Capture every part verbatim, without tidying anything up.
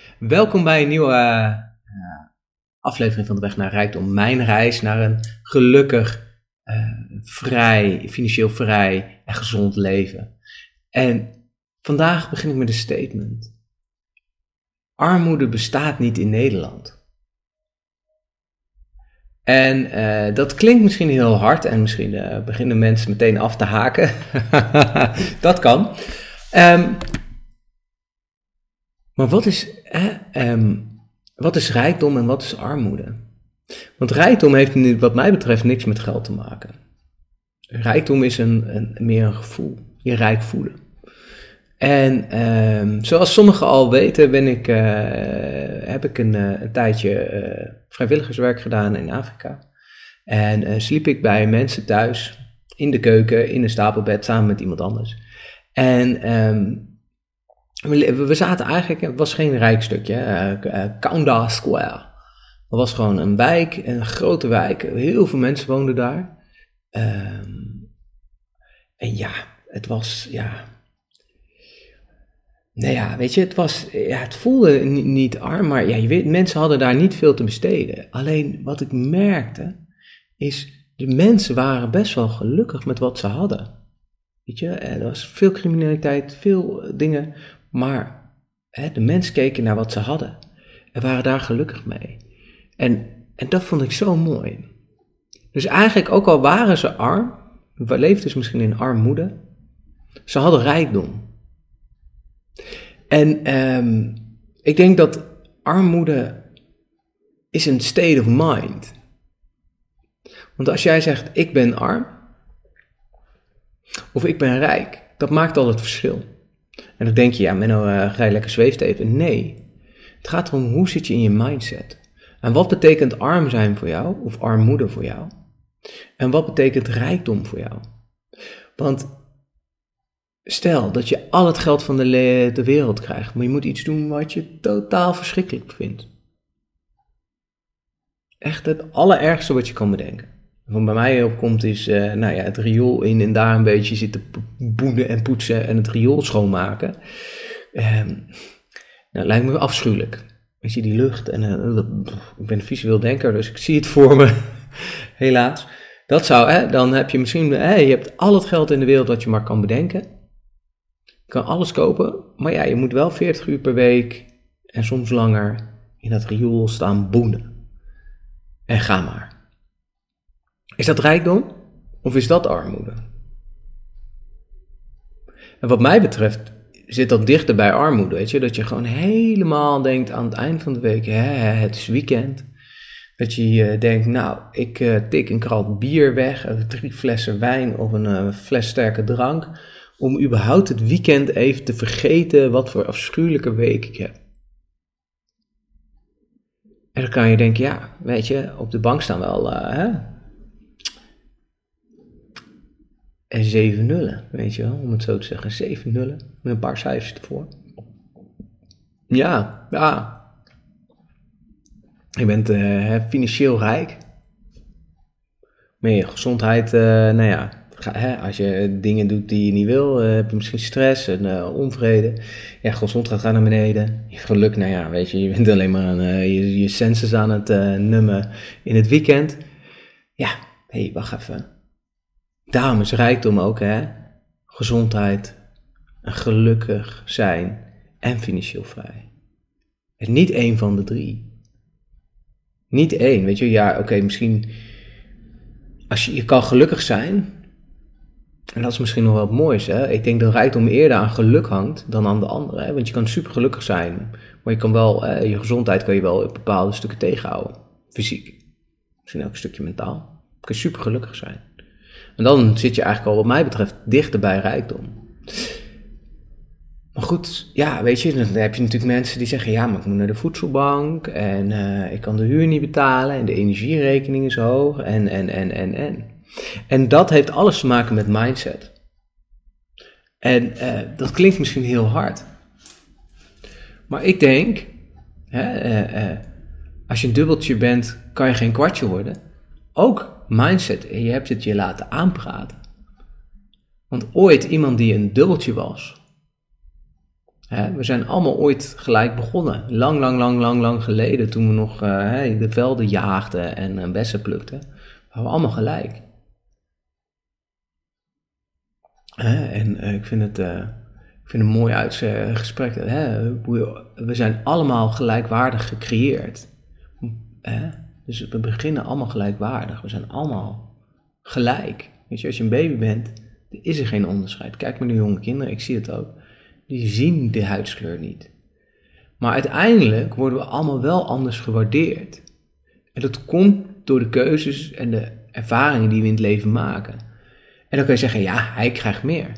Welkom bij een nieuwe uh, aflevering van De Weg naar Rijkdom. Mijn reis naar een gelukkig, uh, vrij, financieel vrij en gezond leven. En vandaag begin ik met een statement. Armoede bestaat niet in Nederland. En uh, dat klinkt misschien heel hard en misschien uh, beginnen mensen meteen af te haken. Dat kan. Um, maar wat is, eh, um, wat is rijkdom en wat is armoede? Want rijkdom heeft wat mij betreft niks met geld te maken. Rijkdom is een, een, meer een gevoel, je rijk voelen. En um, zoals sommigen al weten ben ik, uh, heb ik een, uh, een tijdje uh, vrijwilligerswerk gedaan in Afrika. En uh, sliep ik bij mensen thuis, in de keuken, in een stapelbed, samen met iemand anders. En um, we, we zaten eigenlijk, het was geen rijk stukje, uh, uh, Kaunda Square. Dat was gewoon een wijk, een grote wijk, heel veel mensen woonden daar. Um, en ja, het was, ja... Nou ja, weet je, het was, ja, het voelde niet, niet arm, maar ja, je weet, mensen hadden daar niet veel te besteden. Alleen wat ik merkte, is de mensen waren best wel gelukkig met wat ze hadden. Weet je, er was veel criminaliteit, veel dingen, maar hè, de mensen keken naar wat ze hadden en waren daar gelukkig mee. En, en dat vond ik zo mooi. Dus eigenlijk, ook al waren ze arm, leefden ze misschien in armoede, ze hadden rijkdom. En um, ik denk dat armoede is een state of mind. Want als jij zegt, ik ben arm, of ik ben rijk, dat maakt al het verschil. En dan denk je, ja, Menno, uh, ga je lekker zweefteven? Nee, het gaat erom, hoe zit je in je mindset? En wat betekent arm zijn voor jou, of armoede voor jou? En wat betekent rijkdom voor jou? Want... Stel dat je al het geld van de, le- de wereld krijgt, maar je moet iets doen wat je totaal verschrikkelijk vindt. Echt het allerergste wat je kan bedenken. Wat bij mij opkomt is, uh, nou ja, het riool in en daar een beetje zitten boenen en poetsen en het riool schoonmaken. Um, nou, lijkt me afschuwelijk. Weet je, die lucht en uh, ik ben een visueel denker, dus ik zie het voor me, helaas. Dat zou, hè, dan heb je misschien, hè, je hebt al het geld in de wereld wat je maar kan bedenken. Je kan alles kopen, maar ja, je moet wel veertig uur per week en soms langer in dat riool staan boenen. En ga maar. Is dat rijkdom of is dat armoede? En wat mij betreft zit dat dichter bij armoede, weet je. Dat je gewoon helemaal denkt aan het eind van de week, hè, het is weekend. Dat je uh, denkt, nou, ik uh, tik een krat bier weg, uh, drie flessen wijn of een uh, fles sterke drank... om überhaupt het weekend even te vergeten wat voor afschuwelijke week ik heb. En dan kan je denken, ja, weet je, op de bank staan wel, uh, hè? En zeven nullen, weet je wel, om het zo te zeggen. Zeven nullen, met een paar cijfers ervoor. Ja, ja. Je bent uh, financieel rijk. Maar je gezondheid, uh, nou ja... Als je dingen doet die je niet wil, heb je misschien stress en uh, onvrede. Ja, gezondheid gaat naar beneden. Je geluk, nou ja, weet je, je bent alleen maar aan uh, je, je senses aan het uh, nummen in het weekend. Ja, hé, hey, wacht even. Daarom is rijkdom ook, hè. Gezondheid, en gelukkig zijn en financieel vrij. En niet één van de drie. Niet één, weet je, ja, oké, okay, misschien... Als je, je kan gelukkig zijn... En dat is misschien nog wel het mooiste. Hè? Ik denk dat rijkdom eerder aan geluk hangt dan aan de andere. Hè? Want je kan super gelukkig zijn. Maar je kan wel, eh, je gezondheid kan je wel op bepaalde stukken tegenhouden. Fysiek. Misschien ook een stukje mentaal. Je kan super gelukkig zijn. En dan zit je eigenlijk al wat mij betreft dichter bij rijkdom. Maar goed, ja, weet je, dan heb je natuurlijk mensen die zeggen... Ja, maar ik moet naar de voedselbank. En uh, ik kan de huur niet betalen. En de energierekening is hoog. En, en, en, en, en... En dat heeft alles te maken met mindset. En uh, dat klinkt misschien heel hard. Maar ik denk, hè, uh, uh, als je een dubbeltje bent, kan je geen kwartje worden. Ook mindset. En je hebt het je laten aanpraten. Want ooit iemand die een dubbeltje was, Hè, we zijn allemaal ooit gelijk begonnen. Lang, lang, lang, lang, lang geleden. Toen we nog uh, de velden jaagden en uh, bessen plukten. waren we allemaal gelijk. Hè, en uh, ik vind het... Uh, Ik vind het een mooi uitgesprek. Hè? We zijn allemaal gelijkwaardig gecreëerd. Hè? Dus we beginnen allemaal gelijkwaardig. We zijn allemaal gelijk. Weet je, als je een baby bent, is er geen onderscheid. Kijk maar naar jonge kinderen, ik zie het ook. Die zien de huidskleur niet. Maar uiteindelijk worden we allemaal wel anders gewaardeerd. En dat komt door de keuzes en de ervaringen die we in het leven maken. En dan kun je zeggen, ja, hij krijgt meer.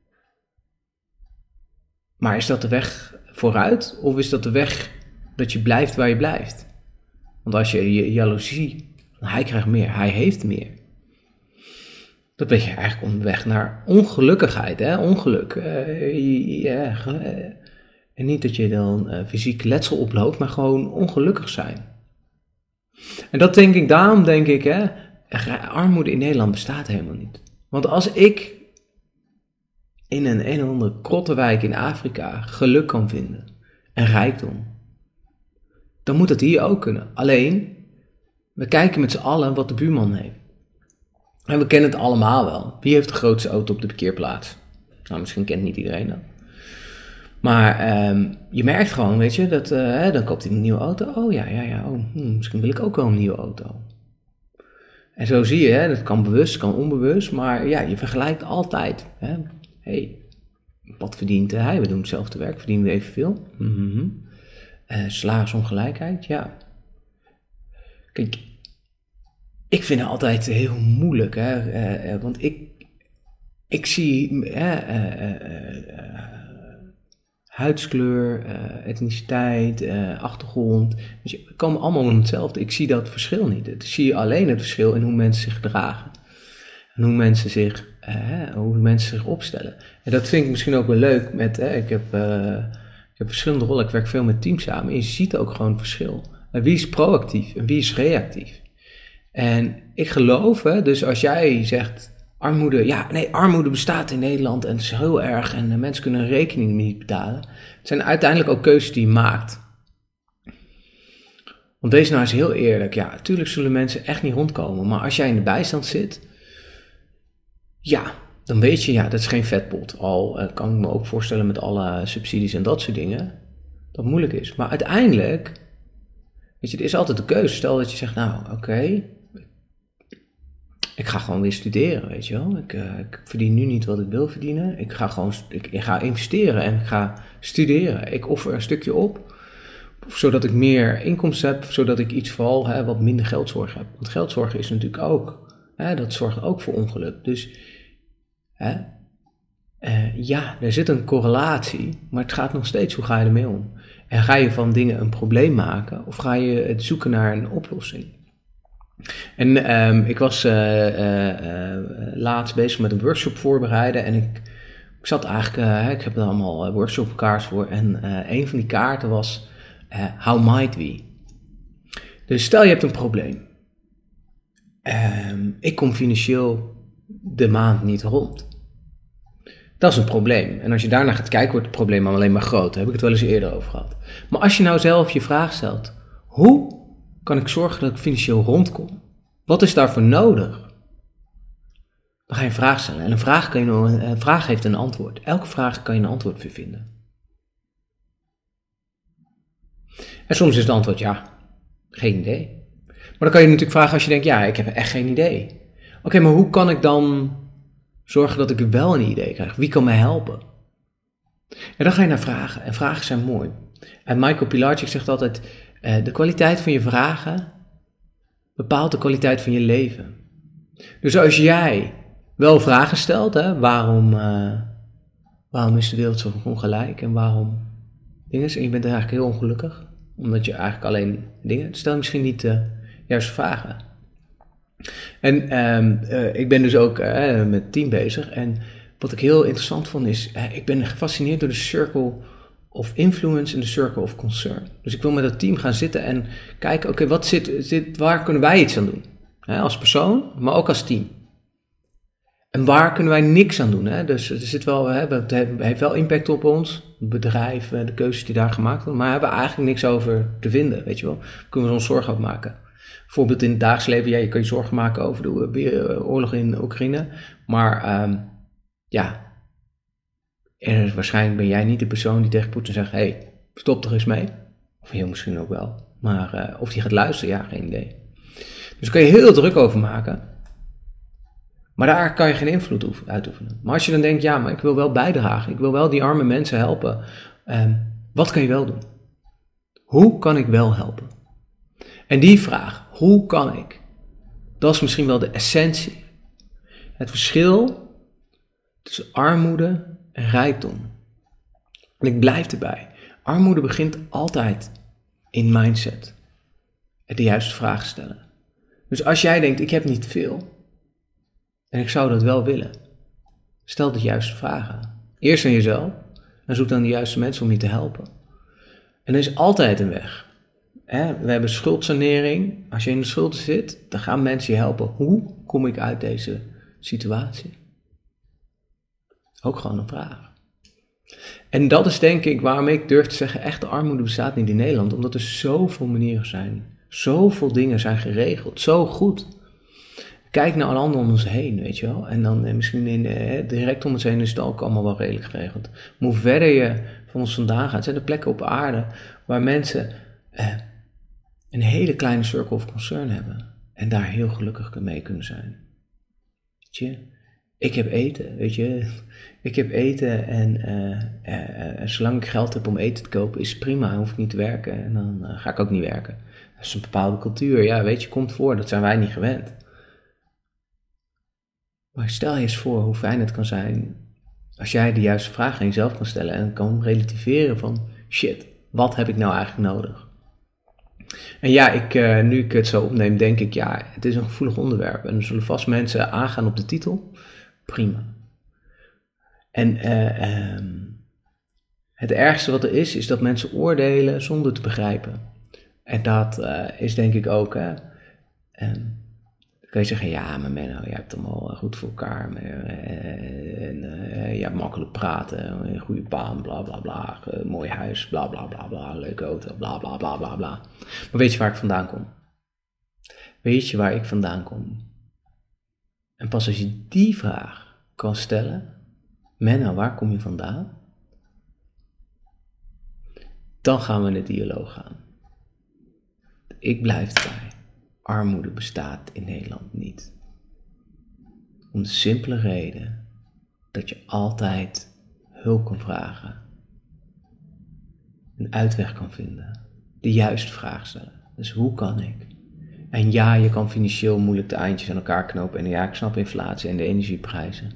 Maar is dat de weg vooruit? Of is dat de weg dat je blijft waar je blijft? Want als je je jaloezie, hij krijgt meer, hij heeft meer. Dat ben je eigenlijk onderweg naar ongelukkigheid, hè? Ongeluk. Uh, ja, uh, en niet dat je dan uh, fysiek letsel oploopt, maar gewoon ongelukkig zijn. En dat denk ik, daarom denk ik, hè, armoede in Nederland bestaat helemaal niet. Want als ik in een een of andere krottenwijk in Afrika geluk kan vinden en rijkdom, dan moet dat hier ook kunnen. Alleen, we kijken met z'n allen wat de buurman heeft. En we kennen het allemaal wel. Wie heeft de grootste auto op de parkeerplaats? Nou, misschien kent niet iedereen dat. Maar um, je merkt gewoon, weet je, dat uh, hè, dan koopt hij een nieuwe auto. Oh ja, ja, ja, oh, hmm, misschien wil ik ook wel een nieuwe auto. En zo zie je, hè, dat kan bewust, kan onbewust, maar ja, je vergelijkt altijd. Hè. Hey, wat verdient hij? We doen hetzelfde werk, verdienen we evenveel? Mm-hmm. Uh, salarisongelijkheid, ja. Kijk, ik vind het altijd heel moeilijk, hè, uh, uh, want ik, ik zie uh, uh, uh, uh, huidskleur, uh, etniciteit, uh, achtergrond, dus we komen allemaal om hetzelfde. Ik zie dat verschil niet. Ik zie alleen het verschil in hoe mensen zich gedragen en hoe mensen zich, uh, hoe mensen zich opstellen. En dat vind ik misschien ook wel leuk met, uh, ik, heb, uh, ik heb verschillende rollen, ik werk veel met teams samen en je ziet ook gewoon het verschil. Uh, wie is proactief en wie is reactief? En ik geloof, hè, dus als jij zegt, armoede, ja, nee, armoede bestaat in Nederland en het is heel erg en de mensen kunnen een rekening niet betalen. Het zijn uiteindelijk ook keuzes die je maakt. Want wees nou eens heel eerlijk, ja, natuurlijk zullen mensen echt niet rondkomen, maar als jij in de bijstand zit, ja, dan weet je, ja, dat is geen vetpot. Al uh, kan ik me ook voorstellen met alle subsidies en dat soort dingen, dat het moeilijk is. Maar uiteindelijk, weet je, er is altijd de keuze. Stel dat je zegt, nou, oké, okay, ik ga gewoon weer studeren, weet je wel. Ik, uh, ik verdien nu niet wat ik wil verdienen. Ik ga gewoon, ik, ik ga investeren en ik ga studeren. Ik offer een stukje op, zodat ik meer inkomsten heb, zodat ik iets vooral hè, wat minder geldzorg heb. Want geldzorg is natuurlijk ook, hè, dat zorgt ook voor ongeluk. Dus, hè, uh, ja, er zit een correlatie, maar het gaat nog steeds, hoe ga je ermee om? En ga je van dingen een probleem maken of ga je het zoeken naar een oplossing? En um, ik was uh, uh, uh, laatst bezig met een workshop voorbereiden en ik, ik zat eigenlijk, uh, ik heb er allemaal workshopkaarten voor en uh, een van die kaarten was uh, How might we? Dus stel je hebt een probleem. Um, ik kom financieel de maand niet rond. Dat is een probleem. En als je daarna gaat kijken, wordt het probleem alleen maar groter. Daar heb ik het wel eens eerder over gehad. Maar als je nou zelf je vraag stelt, hoe kan ik zorgen dat ik financieel rondkom? Wat is daarvoor nodig? Dan ga je een vraag stellen. En een vraag, kan je, een vraag heeft een antwoord. Elke vraag kan je een antwoord voor vinden. En soms is het antwoord ja, geen idee. Maar dan kan je natuurlijk vragen als je denkt, ja, ik heb echt geen idee. Oké, okay, maar hoe kan ik dan zorgen dat ik wel een idee krijg? Wie kan mij helpen? En dan ga je naar vragen. En vragen zijn mooi. En Michael Pilarczyk zegt altijd, uh, de kwaliteit van je vragen bepaalt de kwaliteit van je leven. Dus als jij wel vragen stelt, hè, waarom, uh, waarom is de wereld zo ongelijk en waarom dingen, en je bent eigenlijk heel ongelukkig, omdat je eigenlijk alleen dingen, stel misschien niet de uh, juiste vragen. En um, uh, ik ben dus ook uh, met het team bezig en wat ik heel interessant vond is, uh, ik ben gefascineerd door de circle of influence en de circle of concern. Dus ik wil met dat team gaan zitten en kijken, oké, okay, wat zit, zit, waar kunnen wij iets aan doen? Hè, als persoon, maar ook als team. En waar kunnen wij niks aan doen? Hè? Dus er zit wel, hè, het heeft wel impact op ons, het bedrijf, de keuzes die daar gemaakt worden, maar hebben we eigenlijk niks over te vinden, weet je wel. Daar kunnen we ons zorgen over maken. Bijvoorbeeld in het dagelijks leven, ja, je kan je zorgen maken over de oorlog in Oekraïne, maar um, ja, er, waarschijnlijk ben jij niet de persoon die tegen Poetin zegt, hé, hey, stop er eens mee. Of heel misschien ook wel, maar uh, of die gaat luisteren, ja, geen idee. Dus daar kan je heel druk over maken. Maar daar kan je geen invloed uitoefenen. Maar als je dan denkt, ja, maar ik wil wel bijdragen. Ik wil wel die arme mensen helpen. Um, wat kan je wel doen? Hoe kan ik wel helpen? En die vraag, hoe kan ik? Dat is misschien wel de essentie. Het verschil tussen armoede en rijkdom. En ik blijf erbij. Armoede begint altijd in mindset. De juiste vraag stellen. Dus als jij denkt, ik heb niet veel... En ik zou dat wel willen. Stel de juiste vragen. Eerst aan jezelf. En zoek dan de juiste mensen om je te helpen. En er is altijd een weg. Hè? We hebben schuldsanering. Als je in de schulden zit, dan gaan mensen je helpen. Hoe kom ik uit deze situatie? Ook gewoon een vraag. En dat is denk ik waarom ik durf te zeggen, echte armoede bestaat niet in Nederland. Omdat er zoveel manieren zijn. Zoveel dingen zijn geregeld. Zo goed. Kijk naar alle anderen om ons heen, weet je wel. En dan eh, misschien in, eh, direct om ons heen is het ook allemaal wel redelijk geregeld. Maar hoe verder je van ons vandaan gaat, zijn er plekken op aarde waar mensen eh, een hele kleine circle of concern hebben. En daar heel gelukkig mee kunnen zijn. Weet je, ik heb eten, weet je. Ik heb eten en uh, uh, uh, zolang ik geld heb om eten te kopen is prima. Dan hoef ik niet te werken en dan uh, ga ik ook niet werken. Dat is een bepaalde cultuur, ja, weet je, komt voor. Dat zijn wij niet gewend. Maar stel je eens voor hoe fijn het kan zijn als jij de juiste vraag aan jezelf kan stellen en kan relativeren van shit, wat heb ik nou eigenlijk nodig? En ja, ik, uh, nu ik het zo opneem, denk ik ja, het is een gevoelig onderwerp en er zullen vast mensen aangaan op de titel. Prima. En uh, um, het ergste wat er is, is dat mensen oordelen zonder te begrijpen. En dat uh, is denk ik ook, hè. Um, Dan kan je zeggen, ja, maar Menno, je hebt het allemaal goed voor elkaar. Maar, uh, en, uh, je hebt makkelijk praten, een goede baan, bla bla bla. Uh, mooi huis, bla bla bla bla. Leuke auto, bla bla bla bla bla. Maar weet je waar ik vandaan kom? Weet je waar ik vandaan kom? En pas als je die vraag kan stellen, Menno, waar kom je vandaan? Dan gaan we in de dialoog gaan. Ik blijf erbij. Armoede bestaat in Nederland niet. Om de simpele reden dat je altijd hulp kan vragen. Een uitweg kan vinden. De juiste vraag stellen. Dus hoe kan ik? En ja, je kan financieel moeilijk de eindjes aan elkaar knopen. En ja, ik snap inflatie en de energieprijzen.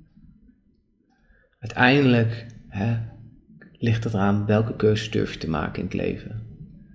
Uiteindelijk hè, ligt het eraan welke keuzes durf je te maken in het leven.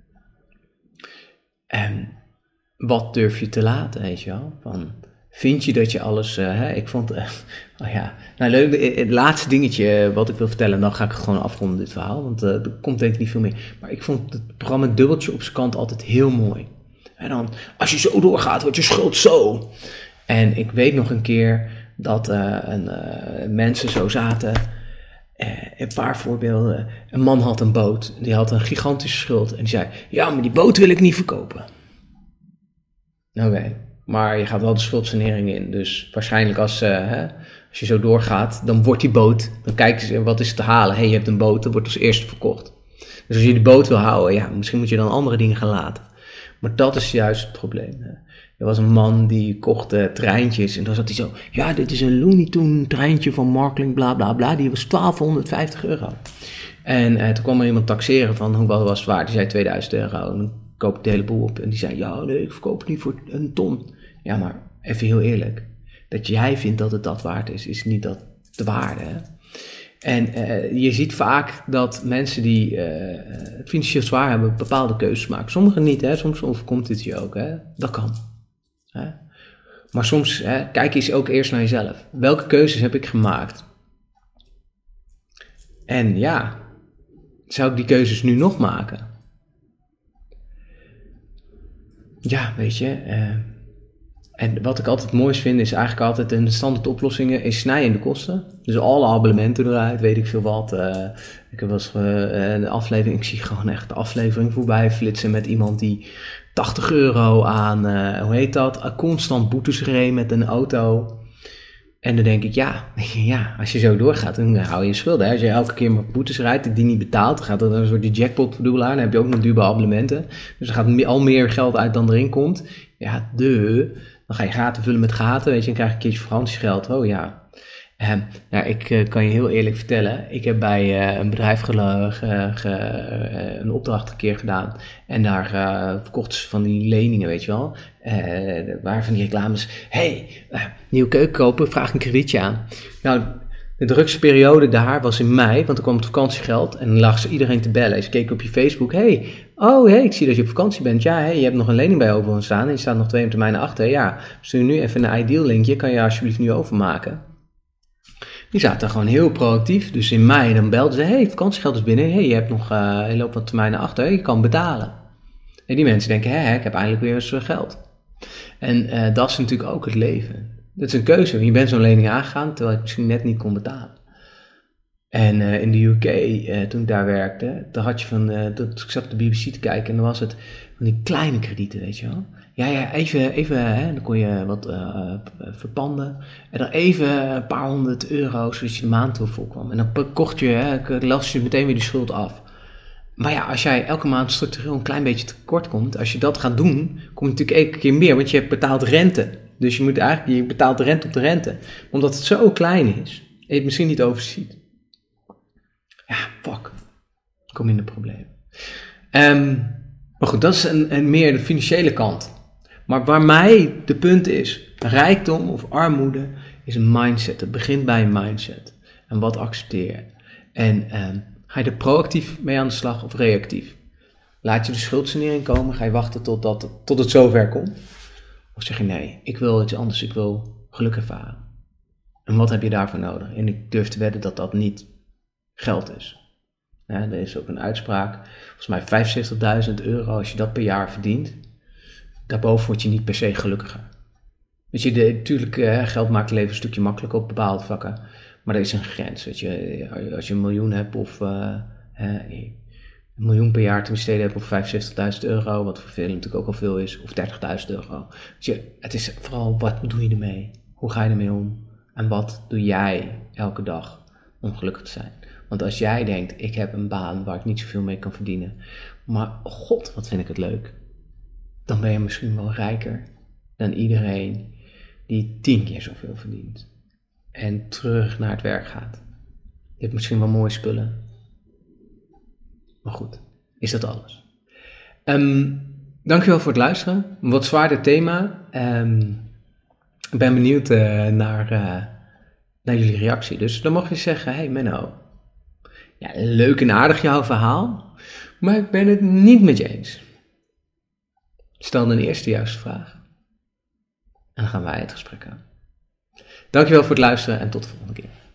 En wat durf je te laten, weet je wel? Van, vind je dat je alles... Uh, hè, ik vond... Uh, oh ja, nou leuk, het laatste dingetje wat ik wil vertellen... dan ga ik het gewoon afronden, dit verhaal. Want uh, er komt denk ik niet veel meer. Maar ik vond het programma Dubbeltje op zijn kant altijd heel mooi. En dan, als je zo doorgaat, wordt je schuld zo. En ik weet nog een keer dat uh, een, uh, mensen zo zaten... Uh, een paar voorbeelden. Een man had een boot. Die had een gigantische schuld. En die zei, ja, maar die boot wil ik niet verkopen. Oké, okay. Maar je gaat wel de schuldsanering in. Dus waarschijnlijk als, uh, hè, als je zo doorgaat, dan wordt die boot, dan kijken ze, wat is te halen? Hé, hey, je hebt een boot, dat wordt als eerste verkocht. Dus als je die boot wil houden, ja, misschien moet je dan andere dingen gaan laten. Maar dat is juist het probleem. Hè. Er was een man die kocht uh, treintjes en dan zat hij zo, ja, dit is een Looney Tunes treintje van Markling, bla bla bla, die was twaalfhonderdvijftig euro. En uh, toen kwam er iemand taxeren van, hoe was het waard? Die zei tweeduizend euro. En dan koop ik de hele boel op. En die zei, ja, nee, ik verkoop het niet voor een ton. Ja, maar even heel eerlijk. Dat jij vindt dat het dat waard is, is niet dat de waarde. Hè? En uh, je ziet vaak dat mensen die uh, het financieel zwaar hebben, bepaalde keuzes maken. Sommigen niet, hè? Soms overkomt dit je ook. Hè? Dat kan. Hè? Maar soms, hè, kijk eens ook eerst naar jezelf. Welke keuzes heb ik gemaakt? En ja, zou ik die keuzes nu nog maken? Ja, weet je, uh, En wat ik altijd het mooist vind is eigenlijk altijd een standaard oplossingen is snijden in de kosten. Dus alle abonnementen eruit, weet ik veel wat. Uh, ik heb wel eens uh, een aflevering, ik zie gewoon echt de aflevering voorbij flitsen met iemand die tachtig euro aan, uh, hoe heet dat, uh, constant boetes reed met een auto. En dan denk ik, ja, ja, als je zo doorgaat, dan hou je je schulden. Hè? Als je elke keer maar boetes rijdt die niet betaalt, dan gaat er een soort die jackpot verdoebelaar. Dan heb je ook nog duurbare abonnementen. Dus er gaat al meer geld uit dan erin komt. Ja, de, dan ga je gaten vullen met gaten, weet je, dan krijg je een keertje vakantiegeld. Oh ja. Uh, nou, ik uh, kan je heel eerlijk vertellen, ik heb bij uh, een bedrijf gelo- ge- ge- uh, een opdracht een keer gedaan en daar uh, verkochten ze van die leningen, weet je wel. Uh, er waren van die reclames, hey, uh, nieuwe keuken kopen, vraag een kredietje aan. Nou, de drukste periode daar was in mei, want er kwam het vakantiegeld en dan lag ze iedereen te bellen. Ze keken op je Facebook, hey, oh hey, ik zie dat je op vakantie bent. Ja, hey, je hebt nog een lening bij over staan en je staat nog twee termijnen achter. Ja, stuur nu even een Ideal linkje, kan je alsjeblieft nu overmaken. Die zaten gewoon heel proactief. Dus in mei dan belden ze, hey, vakantiegeld is binnen. Hey, je hebt nog uh, een loop van termijnen achter. Je kan betalen. En die mensen denken, hé, ik heb eindelijk weer eens geld. En uh, dat is natuurlijk ook het leven. Dat is een keuze. Je bent zo'n lening aangegaan, terwijl je het misschien net niet kon betalen. En uh, in de U K, uh, toen ik daar werkte, dan had je van, uh, dat, ik zat op de B B C te kijken en dan was het van die kleine kredieten, weet je wel. Ja, ja, even, even hè, dan kon je wat uh, verpanden. En dan even een paar honderd euro, zodat je de maand door vol kwam. En dan kocht je, hè, las je meteen weer die schuld af. Maar ja, als jij elke maand structureel een klein beetje tekort komt, als je dat gaat doen, kom je natuurlijk elke keer meer, want je hebt betaald rente. Dus je moet eigenlijk, je betaalt de rente op de rente. Omdat het zo klein is, en je het misschien niet overziet. Ja, fuck. Kom in de problemen. Um, maar goed, dat is een, een meer de financiële kant. Maar waar mij de punt is, rijkdom of armoede, is een mindset. Het begint bij een mindset. En wat accepteer je? En um, ga je er proactief mee aan de slag of reactief? Laat je de schuldsanering komen? Ga je wachten tot, dat, tot het zover komt? Of zeg je nee, ik wil iets anders, ik wil geluk ervaren. En wat heb je daarvoor nodig? En ik durf te wedden dat dat niet geld is. Ja, er is ook een uitspraak, volgens mij vijfenzestigduizend euro als je dat per jaar verdient. Daarboven word je niet per se gelukkiger. Weet je, de, natuurlijk, eh, geld maakt het leven een stukje makkelijker op bepaalde vlakken. Maar er is een grens. Weet je, als je een miljoen hebt of uh, eh, een miljoen per jaar te besteden hebt of vijfenzestigduizend euro, wat voor velen natuurlijk ook al veel is, of dertigduizend euro. Weet je, het is vooral wat doe je ermee? Hoe ga je ermee om? En wat doe jij elke dag om gelukkig te zijn? Want als jij denkt, ik heb een baan waar ik niet zoveel mee kan verdienen, maar god, wat vind ik het leuk. Dan ben je misschien wel rijker dan iedereen die tien keer zoveel verdient. En terug naar het werk gaat. Je hebt misschien wel mooie spullen. Maar goed, is dat alles. Um, dankjewel voor het luisteren. Een wat zwaarder thema. Um, ik ben benieuwd uh, naar, uh, naar jullie reactie. Dus dan mag je zeggen, hey Menno. Ja, leuk en aardig jouw verhaal. Maar ik ben het niet met je eens. Stel dan eerst de juiste vraag. En dan gaan wij het gesprek aan. Dankjewel voor het luisteren en tot de volgende keer.